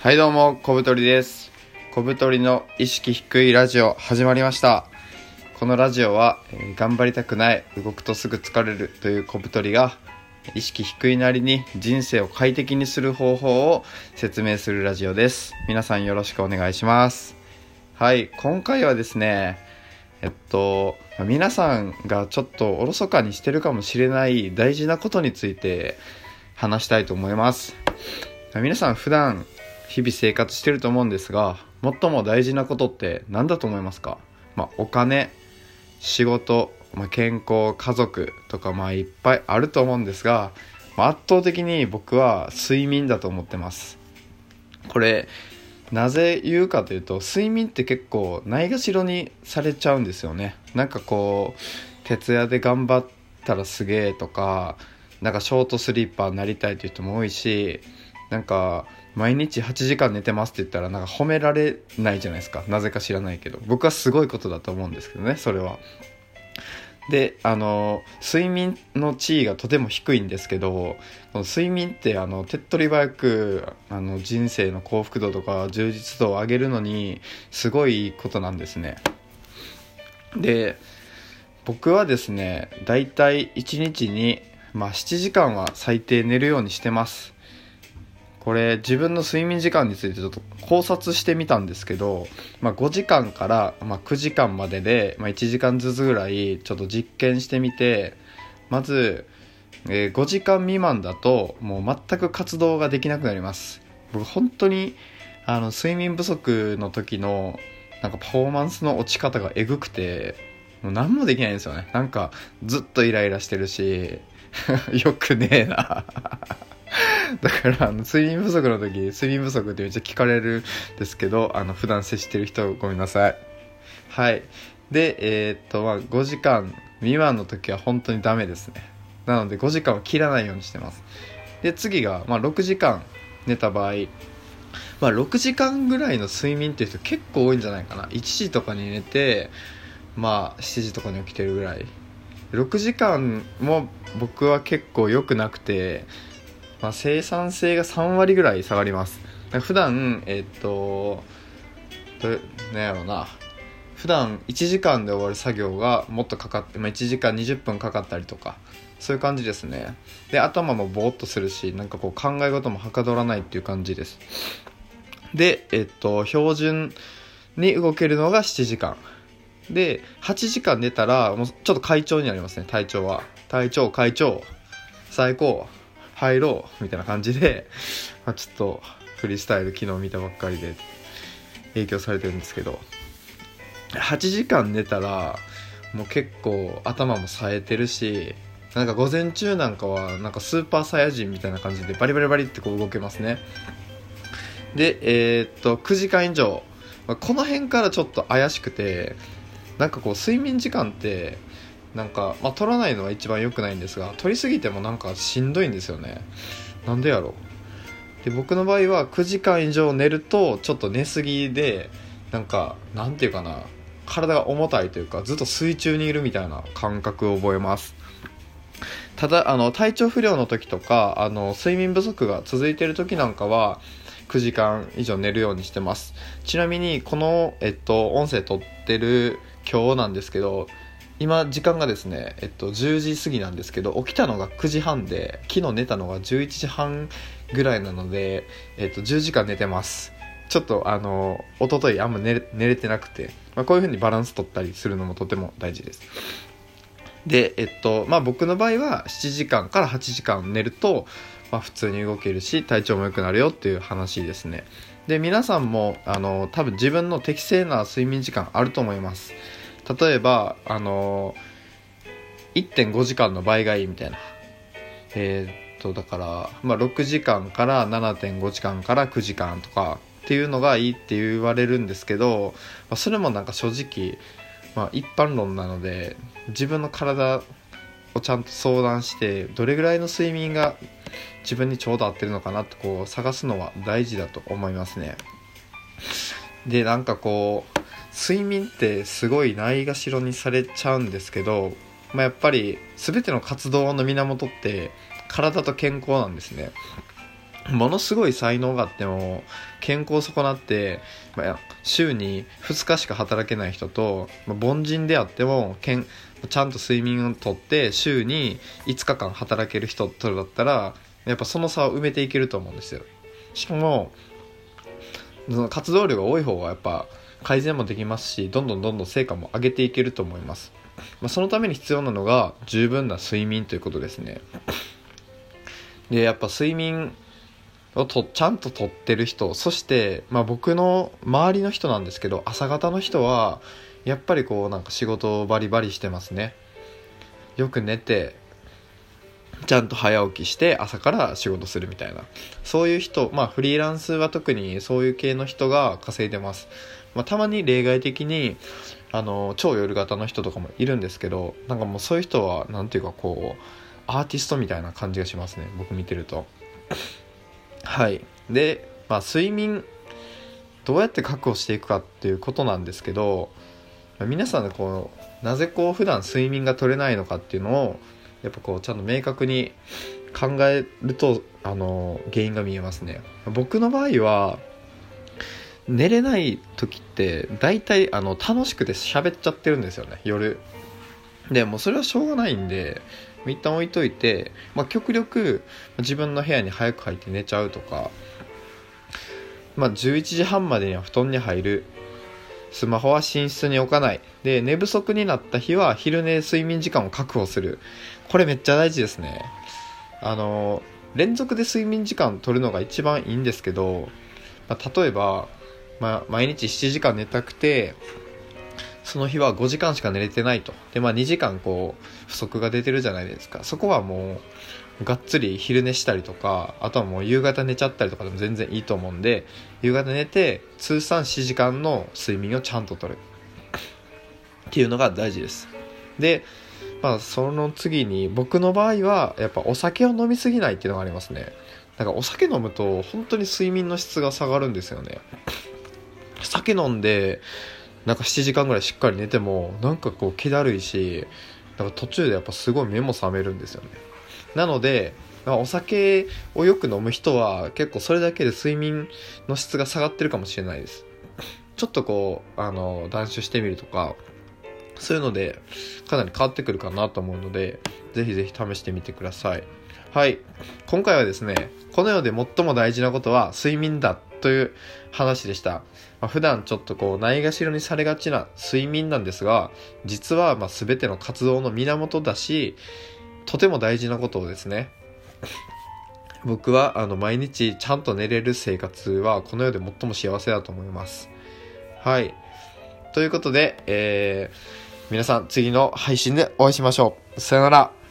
はいどうも、小太りです。小太りの意識低いラジオ始まりました。このラジオは、頑張りたくない、動くとすぐ疲れるという小太りが意識低いなりに人生を快適にする方法を説明するラジオです。皆さんよろしくお願いします。はい、今回はですね、皆さんがちょっとおろそかにしてるかもしれない大事なことについて話したいと思います。皆さん普段日々生活してると思うんですが、最も大事なことって何だと思いますか？お金、仕事、健康、家族とかいっぱいあると思うんですが、圧倒的に僕は睡眠だと思ってます。これなぜ言うかというと、睡眠って結構ないがしろにされちゃうんですよね。徹夜で頑張ったらすげえとか、ショートスリーパーになりたいという人も多いし、毎日8時間寝てますって言ったら褒められないじゃないですか。なぜか知らないけど、僕はすごいことだと思うんですけどね、それは。で、睡眠の地位がとても低いんですけど、この睡眠って手っ取り早く人生の幸福度とか充実度を上げるのにすごいことなんですね。で、僕はですね、だいたい1日に7時間は最低寝るようにしてます。これ自分の睡眠時間についてちょっと考察してみたんですけど、5時間から9時間までで、1時間ずつぐらいちょっと実験してみて、まず、5時間未満だともう全く活動ができなくなります。僕本当に睡眠不足の時のパフォーマンスの落ち方がえぐくて、もう何もできないんですよね。ずっとイライラしてるしよくねえなだから睡眠不足の時、睡眠不足ってめっちゃ聞かれるんですけど、普段接してる人ごめんなさい。はい。で、5時間未満の時は本当にダメですね。なので5時間を切らないようにしてます。で、次が6時間寝た場合、6時間ぐらいの睡眠っていう人結構多いんじゃないかな。1時とかに寝て7時とかに起きてるぐらい。6時間も僕は結構良くなくて、生産性が3割ぐらい下がります。普段普段1時間で終わる作業がもっとかかって、1時間20分かかったりとか、そういう感じですね。で、頭もぼーっとするし、考え事もはかどらないっていう感じです。で、標準に動けるのが7時間で、8時間寝たらもうちょっと快調になりますね。体調快調最高入ろうみたいな感じで、ちょっとフリースタイル昨日見たばっかりで影響されてるんですけど、8時間寝たらもう結構頭も冴えてるし、午前中はスーパーサイヤ人みたいな感じでバリバリバリって動けますね。で、9時間以上、この辺からちょっと怪しくて、睡眠時間って取らないのは一番良くないんですが、取りすぎてもしんどいんですよね。なんでやろう。で、僕の場合は9時間以上寝るとちょっと寝すぎでなんていうかな、体が重たいというか、ずっと水中にいるみたいな感覚を覚えます。ただ体調不良の時とか睡眠不足が続いている時は9時間以上寝るようにしてます。ちなみにこの音声撮ってる今日なんですけど、今時間がですね、10時過ぎなんですけど、起きたのが9時半で、昨日寝たのが11時半ぐらいなので、10時間寝てます。ちょっと一昨日あんま寝れてなくて、こういう風にバランス取ったりするのもとても大事です。で、僕の場合は7時間から8時間寝ると、普通に動けるし体調も良くなるよっていう話ですね。で、皆さんも多分自分の適正な睡眠時間あると思います。例えば1.5 時間の倍がいいみたいな、だから6時間から7.5 時間から9時間とかっていうのがいいって言われるんですけど、それも正直一般論なので、自分の体をちゃんと相談してどれぐらいの睡眠が自分にちょうど合ってるのかなって探すのは大事だと思いますね。で、睡眠ってすごいないがしろにされちゃうんですけど、やっぱり全ての活動の源って体と健康なんですね。 ものすごい才能があっても健康を損なって、週に2日しか働けない人と、凡人であってもちゃんと睡眠をとって週に5日間働ける人とだったら、やっぱその差を埋めていけると思うんですよ。しかもその活動量が多い方がやっぱ改善もできますし、どんどん成果も上げていけると思います。そのために必要なのが十分な睡眠ということですね。でやっぱ睡眠をちゃんととってる人、そして、僕の周りの人なんですけど、朝方の人はやっぱりなんか仕事をバリバリしてますね。よく寝てちゃんと早起きして朝から仕事するみたいな、そういう人、フリーランスは特にそういう系の人が稼いでます。たまに例外的に超夜型の人とかもいるんですけど、なんかもうそういう人はなんていうかアーティストみたいな感じがしますね、僕見てると。はい。で、睡眠どうやって確保していくかっていうことなんですけど、皆さんでなぜ普段睡眠が取れないのかっていうのをやっぱちゃんと明確に考えると原因が見えますね。僕の場合は寝れない時って大体楽しくて喋っちゃってるんですよね、夜で。もうそれはしょうがないんで一旦置いといて、極力自分の部屋に早く入って寝ちゃうとか、11時半までには布団に入る、スマホは寝室に置かないで、寝不足になった日は昼寝睡眠時間を確保する。これめっちゃ大事ですね。連続で睡眠時間取るのが一番いいんですけど、例えば、毎日7時間寝たくてその日は5時間しか寝れてないと。で2時間不足が出てるじゃないですか。そこはもうがっつり昼寝したりとか、あとはもう夕方寝ちゃったりとかでも全然いいと思うんで、夕方寝て通算7時間の睡眠をちゃんととるっていうのが大事です。でその次に僕の場合はやっぱお酒を飲みすぎないっていうのがありますね。だからお酒飲むと本当に睡眠の質が下がるんですよね。酒飲んでなんか7時間ぐらいしっかり寝てもなんか気だるいし、なんか途中でやっぱすごい目も覚めるんですよね。なのでお酒をよく飲む人は結構それだけで睡眠の質が下がってるかもしれないです。ちょっと断酒してみるとか、そういうのでかなり変わってくるかなと思うので、ぜひぜひ試してみてください。はい、今回はですね、この世で最も大事なことは睡眠だという話でした。普段ちょっとないがしろにされがちな睡眠なんですが、実は全ての活動の源だし、とても大事なことをですね、僕は毎日ちゃんと寝れる生活はこの世で最も幸せだと思います。はい、ということで、皆さん次の配信でお会いしましょう。さよなら。